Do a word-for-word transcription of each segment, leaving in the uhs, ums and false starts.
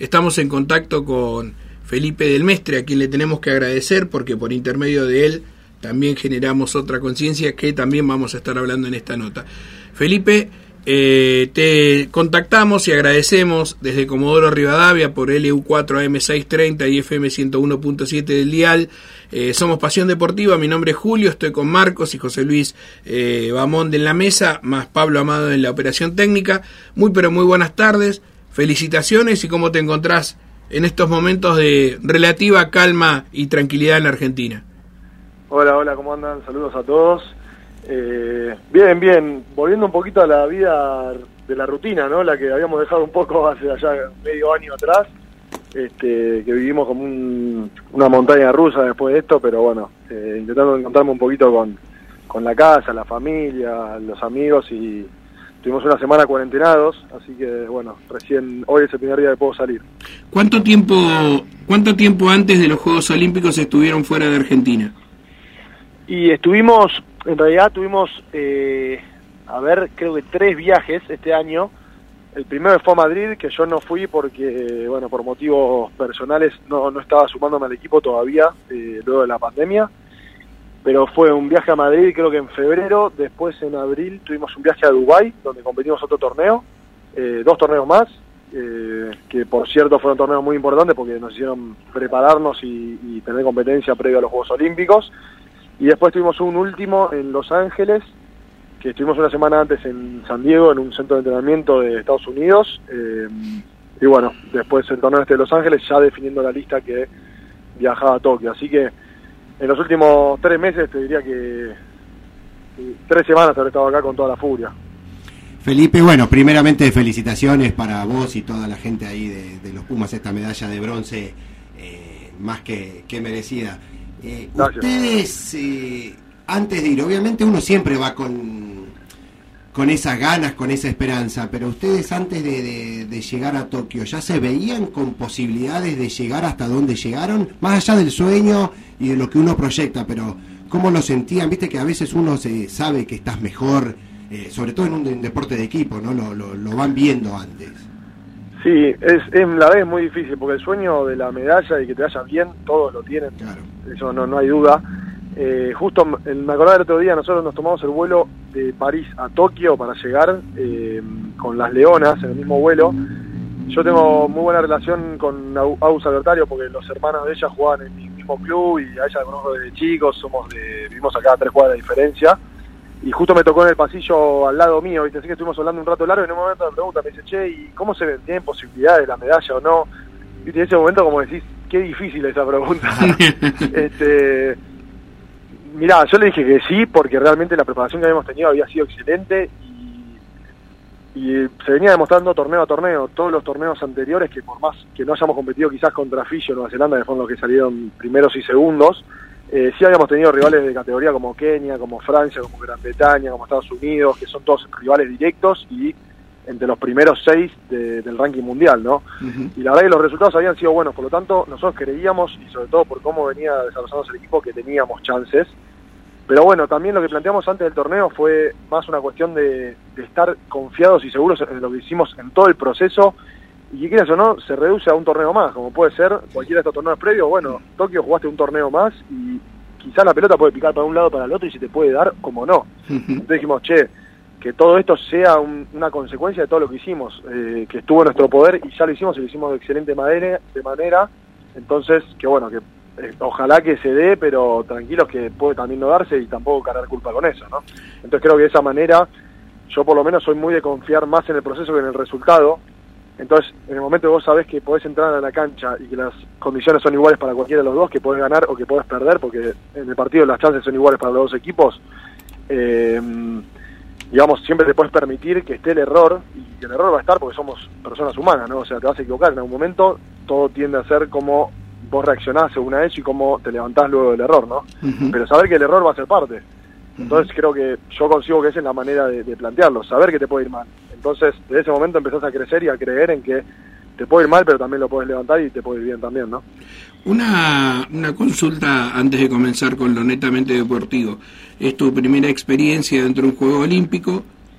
estamos en contacto con Felipe del Mestre, a quien le tenemos que agradecer porque por intermedio de él también generamos otra conciencia que también vamos a estar hablando en esta nota. Felipe, eh, te contactamos y agradecemos desde Comodoro Rivadavia por L U cuatro A M seiscientos treinta y F M ciento uno punto siete del dial. Eh, somos Pasión Deportiva, mi nombre es Julio, estoy con Marcos y José Luis eh, Bamón en la mesa, más Pablo Amado en la operación técnica. Muy pero muy buenas tardes, felicitaciones y cómo te encontrás en estos momentos de relativa calma y tranquilidad en la Argentina. Hola, hola, ¿cómo andan? Saludos a todos. Eh, bien, bien, volviendo un poquito a la vida de la rutina, ¿no? La que habíamos dejado un poco hace allá medio año atrás. Este, que vivimos como un, una montaña rusa después de esto, pero bueno, eh, intentando encontrarme un poquito con, con la casa, la familia, los amigos, y tuvimos una semana cuarentenados, así que bueno, recién hoy es el primer día que puedo salir. ¿Cuánto tiempo, cuánto tiempo antes de los Juegos Olímpicos estuvieron fuera de Argentina? Y estuvimos, en realidad tuvimos, eh, a ver, creo que tres viajes este año. El primero fue a Madrid, que yo no fui porque, bueno, por motivos personales no, no estaba sumándome al equipo todavía, eh, luego de la pandemia. Pero fue un viaje a Madrid, creo que en febrero. Después, en abril, tuvimos un viaje a Dubái, donde competimos otro torneo, eh, dos torneos más, eh, que por cierto fueron torneos muy importantes porque nos hicieron prepararnos y, y tener competencia previo a los Juegos Olímpicos. Y después tuvimos un último en Los Ángeles, que estuvimos una semana antes en San Diego, en un centro de entrenamiento de Estados Unidos, eh, y bueno, después el torneo este de Los Ángeles, ya definiendo la lista que viajaba a Tokio. Así que en los últimos tres meses te diría que, que tres semanas habré estado acá con toda la furia. Felipe, bueno, primeramente felicitaciones para vos y toda la gente ahí de, de los Pumas, esta medalla de bronce eh, más que, que merecida. Eh, ustedes, eh, antes de ir, obviamente uno siempre va con con esas ganas, con esa esperanza, pero ustedes antes de, de, de llegar a Tokio, ¿ya se veían con posibilidades de llegar hasta donde llegaron? Más allá del sueño y de lo que uno proyecta, pero ¿cómo lo sentían? Viste que a veces uno se sabe que estás mejor, eh, sobre todo en un, un deporte de equipo, ¿no? Lo, lo, lo van viendo antes. Sí, es, es la verdad es muy difícil, porque el sueño de la medalla y que te vaya bien, todos lo tienen, claro. Eso no, no hay duda. Eh, justo me acordaba el otro día, nosotros nos tomamos el vuelo de París a Tokio para llegar eh, con las Leonas en el mismo vuelo. Yo tengo muy buena relación con Agus Albertario porque los hermanos de ella jugaban en mi mismo club y a ella la conozco desde chicos, somos de, vivimos acá a tres cuadras de diferencia. Y justo me tocó en el pasillo al lado mío, ¿viste? Así que estuvimos hablando un rato largo y en un momento me pregunta, me dice, che, ¿y cómo se ven? ¿Tienen posibilidades de la medalla o no? ¿Viste? En ese momento como decís, qué difícil esa pregunta. este... Mirá, yo le dije que sí, porque realmente la preparación que habíamos tenido había sido excelente y, y se venía demostrando torneo a torneo. Todos los torneos anteriores, que por más que no hayamos competido quizás contra Fiji o Nueva Zelanda, que fueron los que salieron primeros y segundos, eh, sí habíamos tenido rivales de categoría como Kenia, como Francia, como Gran Bretaña, como Estados Unidos, que son todos rivales directos y entre los primeros seis de, del ranking mundial, ¿no? Uh-huh. Y la verdad que los resultados habían sido buenos, por lo tanto nosotros creíamos, y sobre todo por cómo venía desarrollándose el equipo, que teníamos chances. Pero bueno, también lo que planteamos antes del torneo fue más una cuestión de, de estar confiados y seguros en lo que hicimos en todo el proceso, y que quieras o no, se reduce a un torneo más, como puede ser cualquiera de estos torneos previos. Bueno, Tokio jugaste un torneo más y quizás la pelota puede picar para un lado o para el otro y se te puede dar como no. Uh-huh. Entonces dijimos, che, que todo esto sea un, una consecuencia de todo lo que hicimos, eh, que estuvo en nuestro poder y ya lo hicimos y lo hicimos de excelente manera, de manera entonces que bueno, que eh, ojalá que se dé, pero tranquilos que puede también no darse y tampoco cargar culpa con eso, ¿no? Entonces creo que de esa manera yo por lo menos soy muy de confiar más en el proceso que en el resultado. Entonces en el momento que vos sabés que podés entrar a la cancha y que las condiciones son iguales para cualquiera de los dos, que podés ganar o que podés perder, porque en el partido las chances son iguales para los dos equipos, eh, digamos, siempre te puedes permitir que esté el error, y el error va a estar porque somos personas humanas, ¿no? O sea, te vas a equivocar en algún momento, todo tiende a ser como vos reaccionás según a eso y cómo te levantás luego del error, ¿no? Uh-huh. Pero saber que el error va a ser parte. Entonces uh-huh. creo que yo consigo que esa es la manera de, de plantearlo, saber que te puede ir mal. Entonces, desde ese momento empezás a crecer y a creer en que te puede ir mal, pero también lo puedes levantar y te puede ir bien también, ¿no? Una, una consulta antes de comenzar con lo netamente deportivo. Es tu primera experiencia dentro de un Juego Olímpico.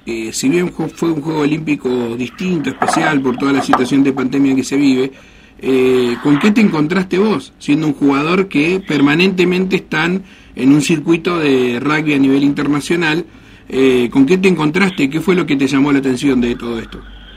eh, si bien fue un Juego Olímpico distinto, especial por toda la situación de pandemia que se vive, eh, ¿con qué te encontraste vos, siendo un jugador que permanentemente están en un circuito de rugby a nivel internacional? Eh, ¿Con qué te encontraste? ¿Qué fue lo que te llamó la atención de todo esto?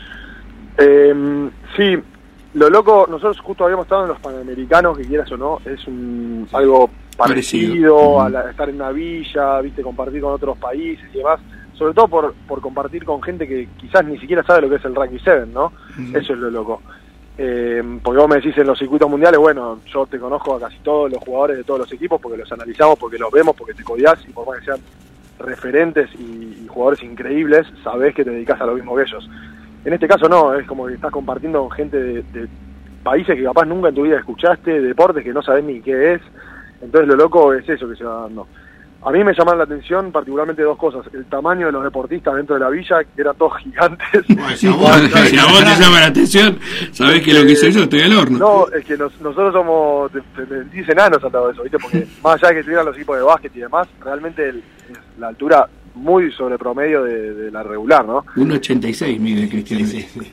Eh, sí, lo loco, nosotros justo habíamos estado en los Panamericanos, que quieras o no, es un sí. algo parecido, parecido. a la, estar en una villa, viste, compartir con otros países y demás, sobre todo por, por compartir con gente que quizás ni siquiera sabe lo que es el Rugby siete, ¿no? Uh-huh. Eso es lo loco. Eh, porque vos me decís en los circuitos mundiales, bueno, yo te conozco a casi todos los jugadores de todos los equipos porque los analizamos, porque los vemos, porque te codiás y por más que sean referentes y, y jugadores increíbles, sabés que te dedicás a lo mismo que ellos. En este caso no, es como que estás compartiendo con gente de, de países que capaz nunca en tu vida escuchaste, deportes que no sabés ni qué es. Entonces lo loco es eso que se va dando. A mí me llamaron la atención particularmente dos cosas: el tamaño de los deportistas dentro de la villa, que eran todos gigantes. Bueno, si a vos, si a vos te llama la atención, sabés que lo que soy yo estoy al horno. No, es que nos, nosotros somos, te, te, te dicen enanos al lado de eso, ¿viste? Porque más allá de que estuvieran los equipos de básquet y demás, realmente el, es la altura muy sobre promedio de, de la regular, ¿no? uno ochenta y seis mide Cristian. Sí, sí.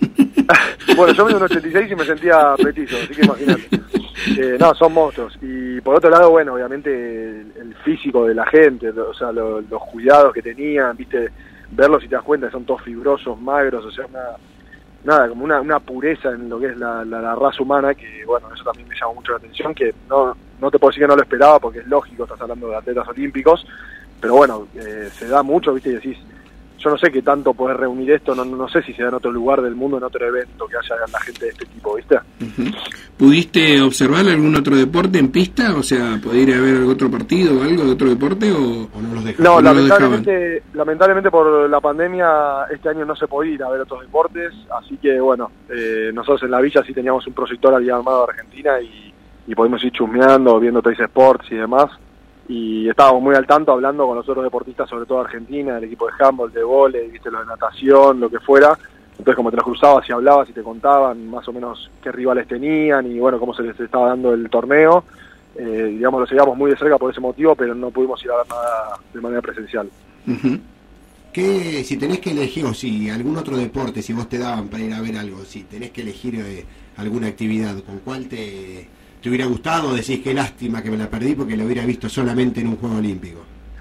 Bueno, yo mido un ochenta y seis y me sentía petizo, así que imagínate. Eh, no, son monstruos. Y por otro lado, bueno, obviamente el, el físico de la gente, o sea, lo, los cuidados que tenían, viste, verlos y te das cuenta que son todos fibrosos, magros, o sea, una, nada, como una, una pureza en lo que es la, la, la raza humana, que bueno, eso también me llamó mucho la atención, que no, no te puedo decir que no lo esperaba, porque es lógico, estás hablando de atletas olímpicos, pero bueno, eh, se da mucho, viste, y decís, yo no sé qué tanto podés reunir esto, no, no sé si se da en otro lugar del mundo, en otro evento, que haya la gente de este tipo, ¿viste? Uh-huh. ¿Pudiste observar algún otro deporte en pista? O sea, ¿poder ir a ver otro partido o algo de otro deporte o, o no los dejaban? No, lamentablemente, lamentablemente por la pandemia este año no se podía ir a ver otros deportes, así que bueno, eh, nosotros en la villa sí teníamos un proyector había armado de Argentina y, y podemos ir chusmeando, viendo Teis Sports y demás. Y estábamos muy al tanto hablando con los otros deportistas, sobre todo de Argentina, el equipo de handball, de vóley, viste, lo de natación, lo que fuera. Entonces como te los cruzabas y hablabas y te contaban más o menos qué rivales tenían y bueno, cómo se les estaba dando el torneo, eh, digamos, lo seguíamos muy de cerca por ese motivo, pero no pudimos ir a ver nada de manera presencial. Uh-huh. ¿Qué, si tenés que elegir, o si algún otro deporte, si vos te daban para ir a ver algo, si tenés que elegir eh, alguna actividad, ¿con cuál te... ¿Te hubiera gustado? Decís qué lástima que me la perdí porque lo hubiera visto solamente en un Juego Olímpico.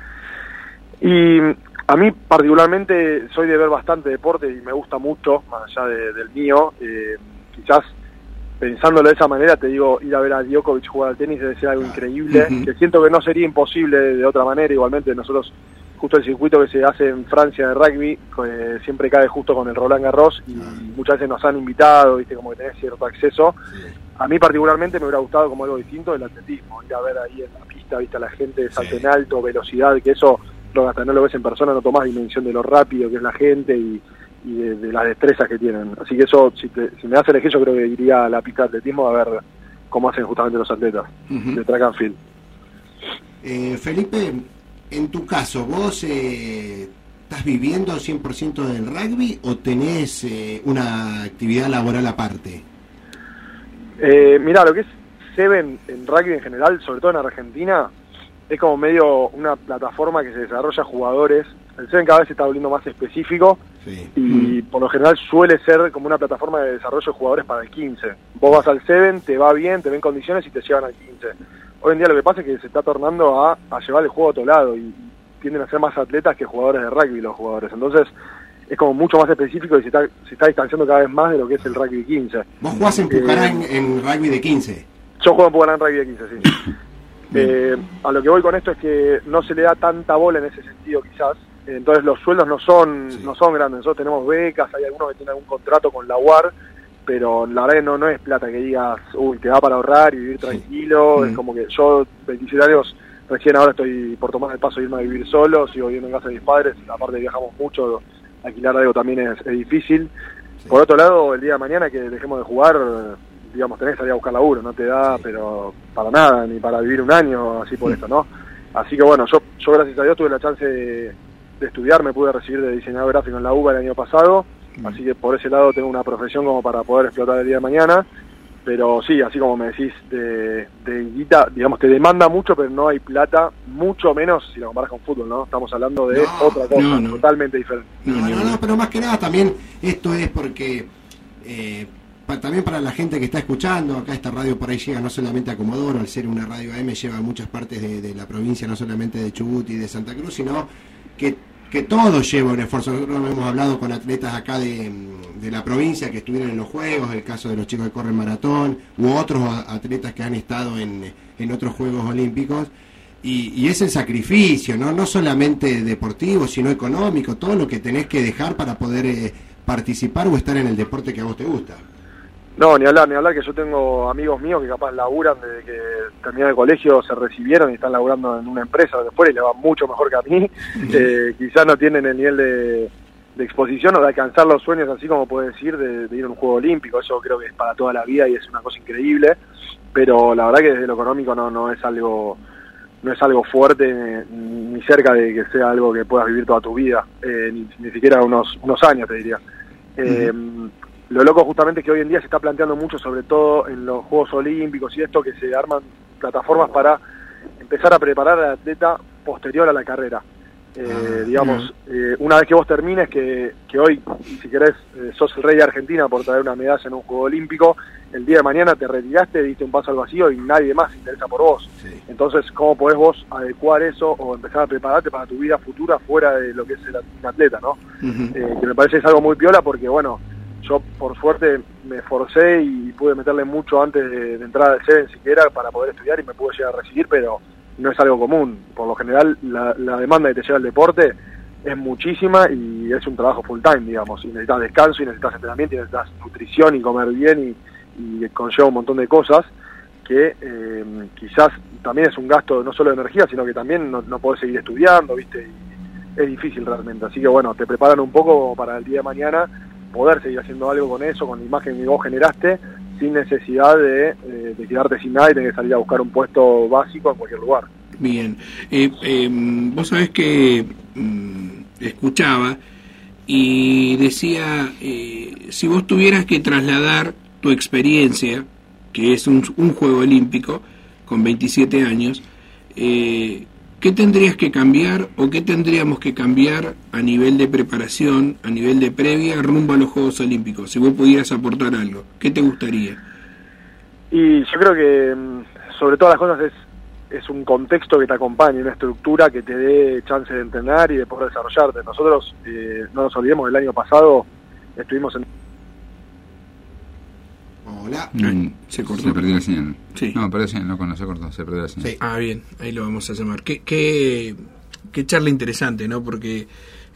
Y a mí particularmente soy de ver bastante deporte y me gusta mucho, más allá de, del mío. Eh, quizás pensándolo de esa manera te digo, ir a ver a Djokovic jugar al tenis debe ser algo increíble, uh-huh. que siento que no sería imposible de, de otra manera. Igualmente nosotros, justo el circuito que se hace en Francia de rugby, eh, siempre cae justo con el Roland Garros y uh-huh. muchas veces nos han invitado, viste, como que tenés cierto acceso. Sí. A mí particularmente me hubiera gustado como algo distinto el atletismo, ir a ver ahí en la pista, viste, a la gente, salto sí. en alto, velocidad, que eso lo, hasta no lo ves en persona, no tomás dimensión de lo rápido que es la gente y, y de, de las destrezas que tienen. Así que eso, si, te, si me das elegir, yo creo que iría a la pista de atletismo a ver cómo hacen justamente los atletas uh-huh. de track and field. Eh, Felipe, en tu caso, ¿vos eh, estás viviendo al cien por ciento del rugby o tenés eh, una actividad laboral aparte? Eh, mirá, lo que es Seven en rugby en general, sobre todo en Argentina, es como medio una plataforma que se desarrolla jugadores. El Seven cada vez se está volviendo más específico sí. y mm. por lo general suele ser como una plataforma de desarrollo de jugadores para el quince. Vos vas al Seven, te va bien, te ven condiciones y te llevan al quince. Hoy en día lo que pasa es que se está tornando a, a llevar el juego a otro lado y tienden a ser más atletas que jugadores de rugby los jugadores. Entonces es como mucho más específico y se está, se está distanciando cada vez más de lo que es el rugby quince. ¿Vos jugás en Pucará eh, en, en rugby de quince? Yo juego en Pucará en rugby de quince, sí. eh, a lo que voy con esto es que no se le da tanta bola en ese sentido quizás, entonces los sueldos no son sí. no son grandes. Nosotros tenemos becas, hay algunos que tienen algún contrato con la U A R, pero la verdad que no, no es plata que digas, uy, te da para ahorrar y vivir tranquilo, sí. es como que yo, veintisiete años, recién ahora estoy por tomar el paso de irme a vivir solo, sigo viviendo en casa de mis padres, aparte viajamos mucho, alquilar algo también es, es difícil. Sí. Por otro lado, el día de mañana que dejemos de jugar, digamos, tenés que salir a buscar laburo, no te da, sí. pero para nada, ni para vivir un año así por sí. esto, ¿no? Así que bueno, yo, yo gracias a Dios tuve la chance de, de estudiar, me pude recibir de diseñador gráfico en la U B A el año pasado, sí. así que por ese lado tengo una profesión como para poder explotar el día de mañana. pero sí, así como me decís, de, de guita, digamos, te demanda mucho, pero no hay plata, mucho menos si lo comparas con fútbol, ¿no? Estamos hablando de no, otra cosa, no, no. totalmente diferente. No, no, no, pero más que nada también esto es porque eh, pa, también para la gente que está escuchando, acá esta radio por ahí llega no solamente a Comodoro, al ser una radio A M lleva a muchas partes de, de la provincia, no solamente de Chubut y de Santa Cruz, sino que que todo lleva un esfuerzo. Nosotros hemos hablado con atletas acá de, de la provincia que estuvieron en los Juegos, el caso de los chicos que corren maratón, u otros atletas que han estado en, en otros Juegos Olímpicos, y, y es el sacrificio, ¿no? No solamente deportivo, sino económico, todo lo que tenés que dejar para poder eh, participar o estar en el deporte que a vos te gusta. No, ni hablar, ni hablar, que yo tengo amigos míos que capaz laburan desde que terminaron el colegio, se recibieron y están laburando en una empresa de fuera y le va mucho mejor que a mí. Eh, quizás no tienen el nivel de, de exposición o de alcanzar los sueños, así como puede decir, de, de ir a un Juego Olímpico. Eso creo que es para toda la vida y es una cosa increíble, pero la verdad que desde lo económico no, no es algo no es algo fuerte, ni, ni cerca de que sea algo que puedas vivir toda tu vida, eh, ni, ni siquiera unos, unos años, te diría. Eh, uh-huh. Lo loco justamente es que hoy en día se está planteando mucho, sobre todo en los Juegos Olímpicos y esto, que se arman plataformas para empezar a preparar al atleta posterior a la carrera. Eh, ah, digamos, eh, una vez que vos termines, que, que hoy, si querés, eh, sos el rey de Argentina por traer una medalla en un Juego Olímpico, el día de mañana te retiraste, diste un paso al vacío y nadie más se interesa por vos. Sí. Entonces, ¿cómo podés vos adecuar eso o empezar a prepararte para tu vida futura fuera de lo que es el, un atleta, ¿no? Uh-huh. Eh, que me parece es algo muy piola porque, bueno, yo por suerte me esforcé y pude meterle mucho antes de, de entrar al C E N siquiera para poder estudiar y me pude llegar a recibir, pero no es algo común. Por lo general la, la demanda que te lleva el deporte es muchísima y es un trabajo full time, digamos, y necesitas descanso y necesitas entrenamiento y necesitas nutrición y comer bien y, y conlleva un montón de cosas que eh, quizás también es un gasto no solo de energía, sino que también no, no podés seguir estudiando, ¿viste? Y es difícil realmente, así que bueno, te preparan un poco para el día de mañana poder seguir haciendo algo con eso, con la imagen que vos generaste, sin necesidad de, eh, de quedarte sin nada y tener que salir a buscar un puesto básico en cualquier lugar. Bien, eh, eh, vos sabés que mm, escuchaba y decía, eh, si vos tuvieras que trasladar tu experiencia, que es un, un Juego Olímpico, con veintisiete años, eh, ¿qué tendrías que cambiar o qué tendríamos que cambiar a nivel de preparación, a nivel de previa, rumbo a los Juegos Olímpicos? Si vos pudieras aportar algo, ¿qué te gustaría? Y yo creo que, sobre todas las cosas, es, es un contexto que te acompañe, una estructura que te dé chance de entrenar y de poder desarrollarte. Nosotros, eh, no nos olvidemos, el año pasado estuvimos en... Hola. Mm, se cortó. Se perdió la señal. Sí. No, perdió la señal, no, no se cortó, se perdió la señal. Sí. Ah, bien, ahí lo vamos a llamar. Qué, qué, qué charla interesante, ¿no? Porque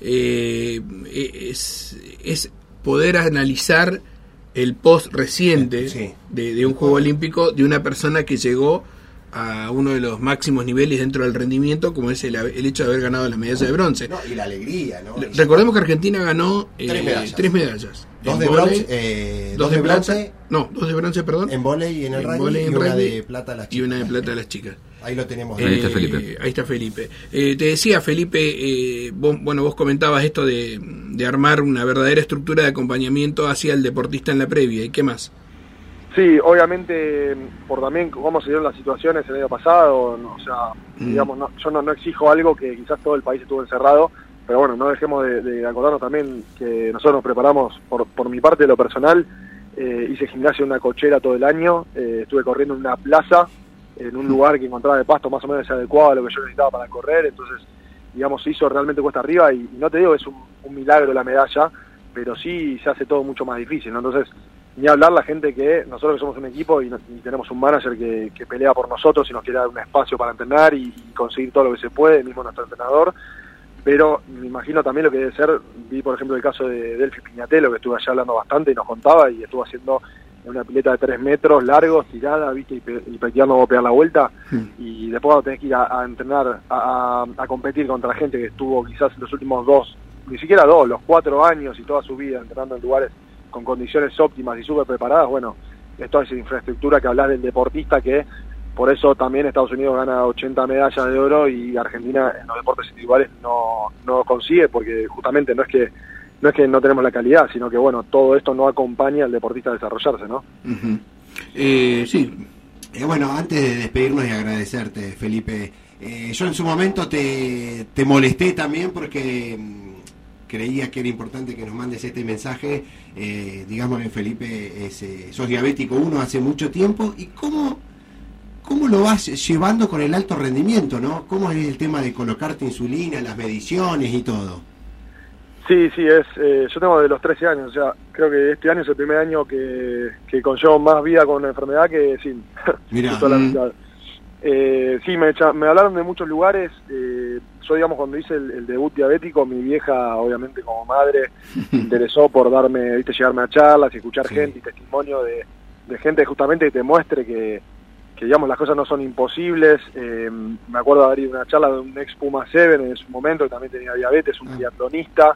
eh, es, es poder analizar el post reciente sí. de, de un Juego Olímpico de una persona que llegó a uno de los máximos niveles dentro del rendimiento, como es el, el hecho de haber ganado la medalla de bronce. No, y la alegría, ¿no? Recordemos que Argentina ganó eh, tres medallas. Tres medallas. Dos de bronce, eh, dos de, de bronce, plata, no, dos de bronce, perdón. En vóley y en el en rugby, y, y una rugby, de plata a las chicas. Y una de plata a las chicas. Ahí lo tenemos. Ahí está Felipe. Eh, ahí está Felipe. Eh, te decía, Felipe, eh, vos, bueno, vos comentabas esto de, de armar una verdadera estructura de acompañamiento hacia el deportista en la previa. ¿Y qué más? Sí, obviamente, por también cómo se dieron las situaciones el año pasado, no, o sea, mm. digamos, no, yo no, no exijo algo que quizás todo el país estuvo encerrado, pero bueno, no dejemos de, de acordarnos también que nosotros nos preparamos, por, por mi parte de lo personal, eh, hice gimnasia en una cochera todo el año, eh, estuve corriendo en una plaza, en un lugar que encontraba de pasto más o menos adecuado a lo que yo necesitaba para correr, entonces, digamos, se hizo realmente cuesta arriba, y, y no te digo que es un, un milagro la medalla, pero sí se hace todo mucho más difícil, ¿no? Entonces, ni hablar la gente que nosotros que somos un equipo y, no, y tenemos un manager que, que pelea por nosotros y nos quiere dar un espacio para entrenar y, y conseguir todo lo que se puede, mismo nuestro entrenador, pero me imagino también lo que debe ser, vi por ejemplo el caso de Delphi Piñatelo, que estuve allá hablando bastante y nos contaba, y estuvo haciendo en una pileta de tres metros largos, tirada, viste, y, pe y practicando a pegar la vuelta, sí. Y después cuando tenés que ir a, a entrenar, a, a, a competir contra gente que estuvo quizás los últimos dos, ni siquiera dos, los cuatro años y toda su vida entrenando en lugares con condiciones óptimas y súper preparadas, bueno, esto es infraestructura que hablas del deportista, que por eso también Estados Unidos gana ochenta medallas de oro y Argentina en los deportes individuales no, no consigue, porque justamente no es que no es que no tenemos la calidad, sino que bueno, todo esto no acompaña al deportista a desarrollarse, ¿no? Uh-huh. Eh, sí. Eh, bueno, antes de despedirnos y agradecerte, Felipe, eh, yo en su momento te, te molesté también porque mmm, creía que era importante que nos mandes este mensaje. Eh, digámosle, Felipe, es, eh, sos diabético uno hace mucho tiempo, y cómo, cómo lo vas llevando con el alto rendimiento, ¿no? ¿Cómo es el tema de colocarte insulina, las mediciones y todo? Sí, sí, es eh, yo tengo de los trece años, o sea, creo que este año es el primer año que, que conllevo más vida con la enfermedad que sin. Mirá. Mm. Eh, sí, me, echa, me hablaron de muchos lugares. Eh, yo, digamos, cuando hice el, el debut diabético, mi vieja, obviamente como madre, me interesó por darme, viste, llegarme a charlas y escuchar sí. gente y testimonio de, de gente justamente que te muestre que, que, digamos, las cosas no son imposibles. Eh, me acuerdo de haber ido a una charla de un ex Puma siete en su momento, que también tenía diabetes, un ah. triatlonista,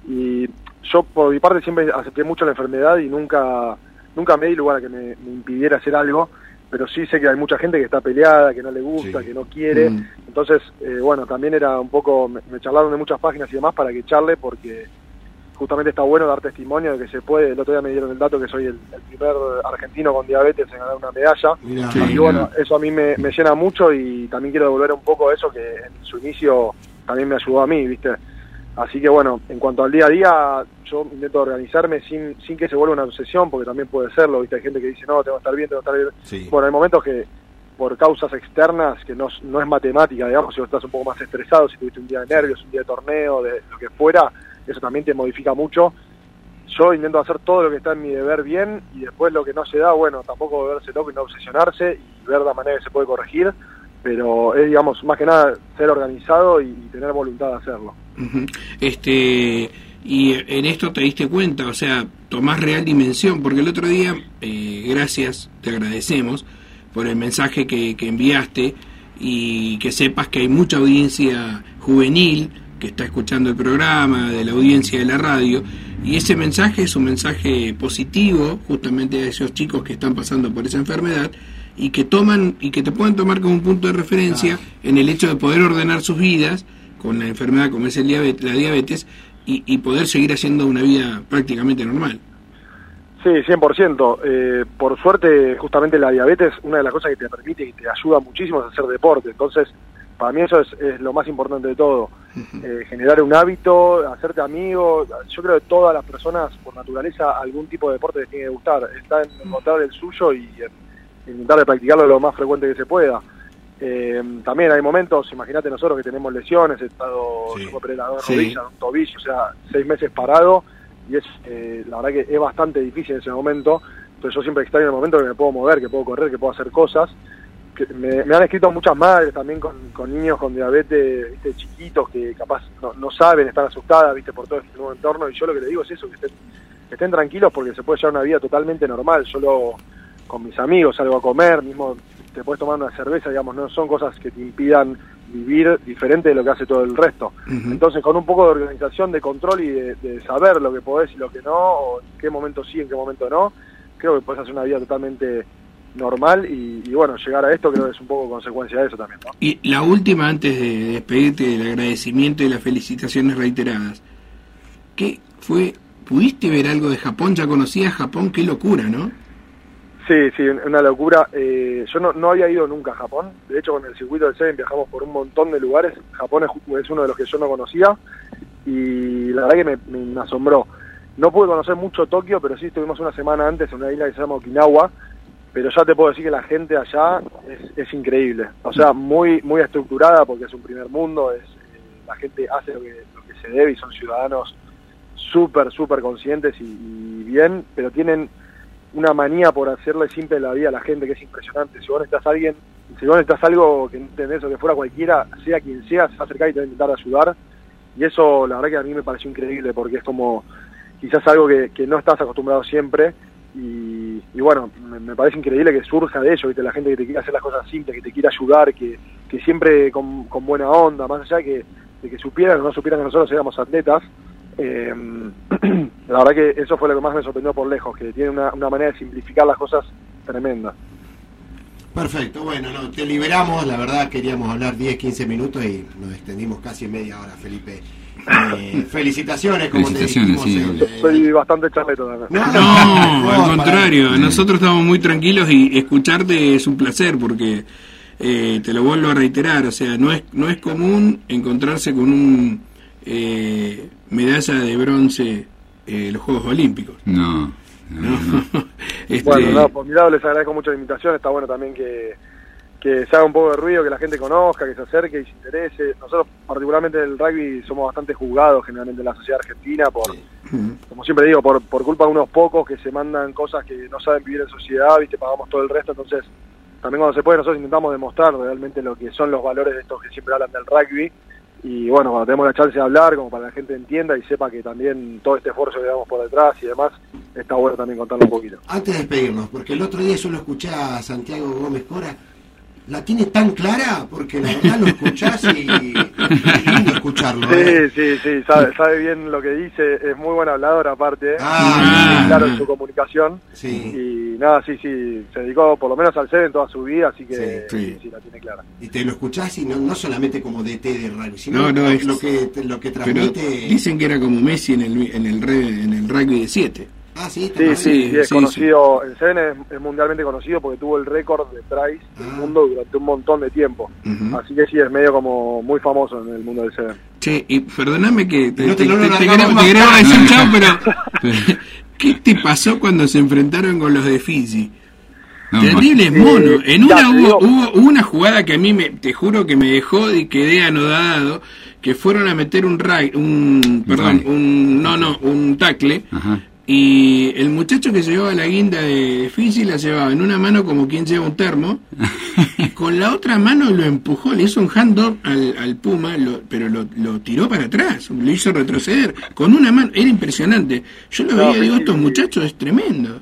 y yo por mi parte siempre acepté mucho la enfermedad y nunca nunca me di lugar a que me, me impidiera hacer algo, pero sí sé que hay mucha gente que está peleada, que no le gusta, sí. que no quiere, mm. entonces, eh, bueno, también era un poco, me, me charlaron de muchas páginas y demás para que charle, porque justamente está bueno dar testimonio de que se puede. El otro día me dieron el dato que soy el, el primer argentino con diabetes en ganar una medalla, Mirá, y sí, bueno, eso a mí me, me llena mucho, y también quiero devolver un poco eso que en su inicio también me ayudó a mí, ¿viste? Así que bueno, en cuanto al día a día, yo intento organizarme sin sin que se vuelva una obsesión, porque también puede serlo, ¿viste? Hay gente que dice, no, tengo que estar bien, tengo que estar bien. Sí. Bueno, hay momentos que, por causas externas, que no, no es matemática, digamos, si vos estás un poco más estresado, si tuviste un día de nervios, un día de torneo, de lo que fuera, eso también te modifica mucho. Yo intento hacer todo lo que está en mi deber bien, y después lo que no se da, bueno, tampoco volverse loco y no obsesionarse, y ver la manera que se puede corregir, pero es, digamos, más que nada ser organizado y, y tener voluntad de hacerlo. Uh-huh. Este, y en esto te diste cuenta, o sea, tomás real dimensión, porque el otro día, eh, gracias, te agradecemos por el mensaje que, que enviaste, y que sepas que hay mucha audiencia juvenil que está escuchando el programa, de la audiencia de la radio, y ese mensaje es un mensaje positivo justamente a esos chicos que están pasando por esa enfermedad, y que toman y que te pueden tomar como un punto de referencia ah. en el hecho de poder ordenar sus vidas con la enfermedad como es el diabetes, la diabetes, y, y poder seguir haciendo una vida prácticamente normal. Sí, cien por ciento. Eh, por suerte, justamente la diabetes, una de las cosas que te permite y te ayuda muchísimo es hacer deporte. Entonces, para mí eso es, es lo más importante de todo. Uh-huh. Eh, generar un hábito, hacerte amigo. Yo creo que todas las personas, por naturaleza, algún tipo de deporte les tiene que gustar. Está en encontrar el suyo y en intentar de practicarlo lo más frecuente que se pueda. Eh, también hay momentos, imagínate nosotros que tenemos lesiones, he estado sí. yo operé la sí. rodilla, un tobillo, o sea, seis meses parado, y es eh, la verdad que es bastante difícil en ese momento. Entonces yo siempre extraño el momento que me puedo mover, que puedo correr, que puedo hacer cosas. Que me, me han escrito muchas madres también con, con niños con diabetes, ¿viste? Chiquitos que capaz no, no saben, están asustadas, ¿viste? Por todo este nuevo entorno, y yo lo que les digo es eso, que estén, que estén tranquilos, porque se puede llevar una vida totalmente normal. Yo lo, con mis amigos salgo a comer, mismo te puedes tomar una cerveza, digamos, no son cosas que te impidan vivir diferente de lo que hace todo el resto. Uh-huh. Entonces, con un poco de organización, de control y de, de saber lo que podés y lo que no, o en qué momento sí, en qué momento no, creo que podés hacer una vida totalmente normal, y, y bueno, llegar a esto creo que es un poco consecuencia de eso también, ¿no? Y la última, antes de despedirte, del agradecimiento y las felicitaciones reiteradas, ¿qué fue? ¿Pudiste ver algo de Japón? ¿Ya conocías Japón? ¡Qué locura!, ¿no? Sí, sí, una locura. Eh, yo no, no había ido nunca a Japón. De hecho, con el circuito del Seven viajamos por un montón de lugares. Japón es, es uno de los que yo no conocía, y la verdad que me, me, me asombró. No pude conocer mucho Tokio, pero sí estuvimos una semana antes en una isla que se llama Okinawa, pero ya te puedo decir que la gente allá es, es increíble. O sea, muy muy estructurada, porque es un primer mundo, es eh, la gente hace lo que, lo que se debe, y son ciudadanos súper, súper conscientes y, y bien, pero tienen una manía por hacerle simple la vida a la gente que es impresionante. Si vos necesitas a alguien, si vos necesitas algo que no entendés o que fuera cualquiera, sea quien sea, se va a acercar y te va a intentar ayudar. Y eso, la verdad que a mí me pareció increíble, porque es como quizás algo que, que no estás acostumbrado siempre. Y, y bueno, me, me parece increíble que surja de ello, ¿viste? La gente que te quiere hacer las cosas simples, que te quiere ayudar, que, que siempre con, con buena onda, más allá de que, de que supieran o no supieran que nosotros éramos atletas. Eh, la verdad que eso fue lo que más me sorprendió por lejos, que tiene una, una manera de simplificar las cosas tremenda. Perfecto, bueno, no, te liberamos, la verdad queríamos hablar diez, quince minutos y nos extendimos casi media hora, Felipe. Eh, felicitaciones, como felicitaciones, te dijimos, sí. Eh, Soy bastante charleto también. No, no, al contrario, para... nosotros estamos muy tranquilos y escucharte es un placer porque eh, te lo vuelvo a reiterar, o sea, no es no es común encontrarse con un eh, medalla de bronce en eh, los Juegos Olímpicos. No, no, no. no. este... Bueno, no, por mi lado les agradezco mucho la invitación, está bueno también que que se haga un poco de ruido, que la gente conozca, que se acerque y se interese. Nosotros, particularmente en el rugby, somos bastante juzgados generalmente en la sociedad argentina, por, sí. como siempre digo, por, por culpa de unos pocos que se mandan cosas que no saben vivir en sociedad, viste, pagamos todo el resto. Entonces, también cuando se puede, nosotros intentamos demostrar realmente lo que son los valores de estos que siempre hablan del rugby. Y bueno, cuando tenemos la chance de hablar, como para que la gente entienda y sepa que también todo este esfuerzo que damos por detrás y demás, está bueno también contarlo un poquito. Antes de despedirnos, porque el otro día yo lo escuché a Santiago Gómez Cora, la tiene tan clara, porque la verdad lo escuchás y es lindo escucharlo. Sí, ¿eh? sí, sí, sabe, sabe bien lo que dice, es muy buen hablador aparte, ah, muy claro en su comunicación. Sí. Y nada, sí, sí, se dedicó por lo menos al Seven toda su vida, así que sí, sí, sí. sí la tiene clara. Y te lo escuchás y no, no solamente como D T de rugby, sino no, no, lo, es, lo, que, lo que transmite. Pero dicen que era como Messi en el, en el, en el rugby de siete. Ah, sí, sí, sí, sí, es sí, conocido, sí. El Seven es, es mundialmente conocido porque tuvo el récord de tries ah. del mundo durante un montón de tiempo. Uh-huh. Así que sí, es medio como muy famoso en el mundo del Seven. Che, y perdóname que te, no te, te, no te, te, te quería decir chao, pero ¿qué te pasó cuando se enfrentaron con los de Fiji? No, terribles eh, monos. En una hubo, hubo, hubo una jugada que a mí, me, te juro que me dejó y quedé anodado, que fueron a meter un ray, un, perdón, un, no, no, un tackle. Ajá. Y el muchacho que llevaba la guinda de Fiji la llevaba en una mano como quien lleva un termo, y con la otra mano lo empujó, le hizo un hand-off al, al Puma, lo, pero lo, lo tiró para atrás, lo hizo retroceder, con una mano, era impresionante. Yo lo no, veía y digo, estos muchachos es tremendo.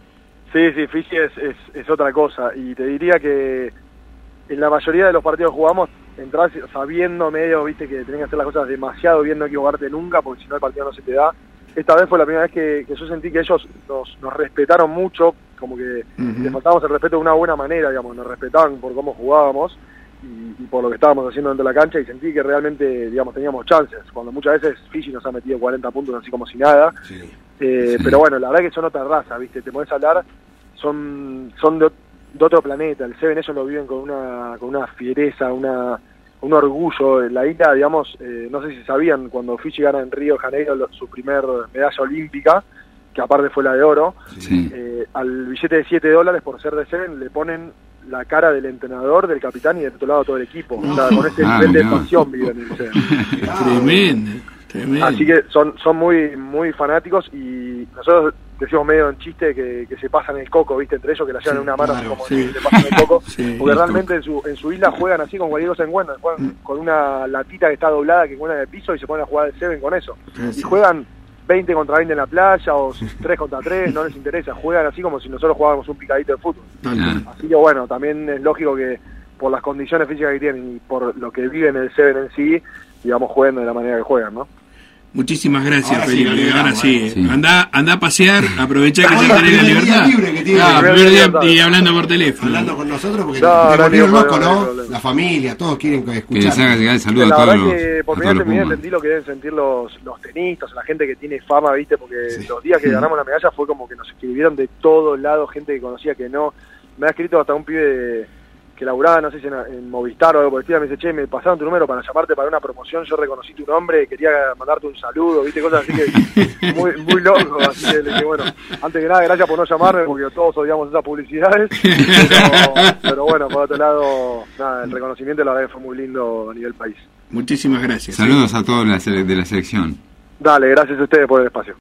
Sí, sí, Fiji es, es, es otra cosa, y te diría que en la mayoría de los partidos que jugamos, entras sabiendo medio, viste, que tenés que hacer las cosas demasiado bien, no equivocarte nunca, porque si no el partido no se te da. Esta vez fue la primera vez que, que yo sentí que ellos nos, nos respetaron mucho, como que uh-huh. les faltábamos el respeto de una buena manera, digamos, nos respetaban por cómo jugábamos y, y por lo que estábamos haciendo dentro de la cancha, y sentí que realmente, digamos, teníamos chances, cuando muchas veces Fiji nos ha metido cuarenta puntos así como si nada, sí. Eh, sí. Pero bueno, la verdad que son otra raza, ¿viste? Te podés hablar, son son de, de otro planeta, el Seven ellos lo viven con una con una fiereza, una... un orgullo. En la isla, digamos, eh, no sé si sabían, cuando Fiji gana en Río de Janeiro lo, su primer medalla olímpica, que aparte fue la de oro, sí. eh, al billete de siete dólares por ser de Seven le ponen la cara del entrenador, del capitán y del otro lado todo el equipo. No. O sea, con ese ah, nivel no. de pasión viven en el Seven. Tremendo, tremendo. Así que son son muy muy fanáticos, y nosotros decimos medio en chiste que, que se pasan el coco, ¿viste? Entre ellos, que la llevan sí, en una mano, claro, así como sí. se pasan el coco, sí, porque realmente en su, en su isla juegan así con cualquier cosa en encuentran, juegan mm. con una latita que está doblada que encuentran en el piso y se ponen a jugar el Seven con eso. Sí, y juegan veinte contra veinte en la playa o tres contra tres, no les interesa, juegan así como si nosotros jugáramos un picadito de fútbol. Mm. Así que bueno, también es lógico que por las condiciones físicas que tienen y por lo que viven el Seven en sí, digamos, jueguen de la manera que juegan, ¿no? Muchísimas gracias, ahora Felipe. Sí, ahora sí. sí. Anda, anda a pasear, aprovechá que ya tenés la libertad. Libre que tiene. Ah, primer día y hablando por teléfono. Hablando con nosotros porque no, te no, volvió no, loco, no, ¿no? no, no. La familia, todos quieren escuchar. Que les haga llegar el saludo a la todos verdad los, que por primera vez entendí lo que deben sentir los, los tenistas, la gente que tiene fama, ¿viste? Porque sí. los días que ganamos la medalla fue como que nos escribieron de todos lados, gente que conocía que no. Me ha escrito hasta un pibe de, que laburaba, no sé si en, en Movistar o algo por el estilo, me dice, che, me pasaron tu número para llamarte para una promoción, yo reconocí tu nombre, quería mandarte un saludo, viste, cosas así que muy muy loco, así que le dije, bueno, antes que nada, gracias por no llamarme, porque todos odiamos esas publicidades, pero, pero bueno, por otro lado, nada, el reconocimiento la verdad que fue muy lindo a nivel país. Muchísimas gracias. Saludos a todos de la selección. Dale, gracias a ustedes por el espacio.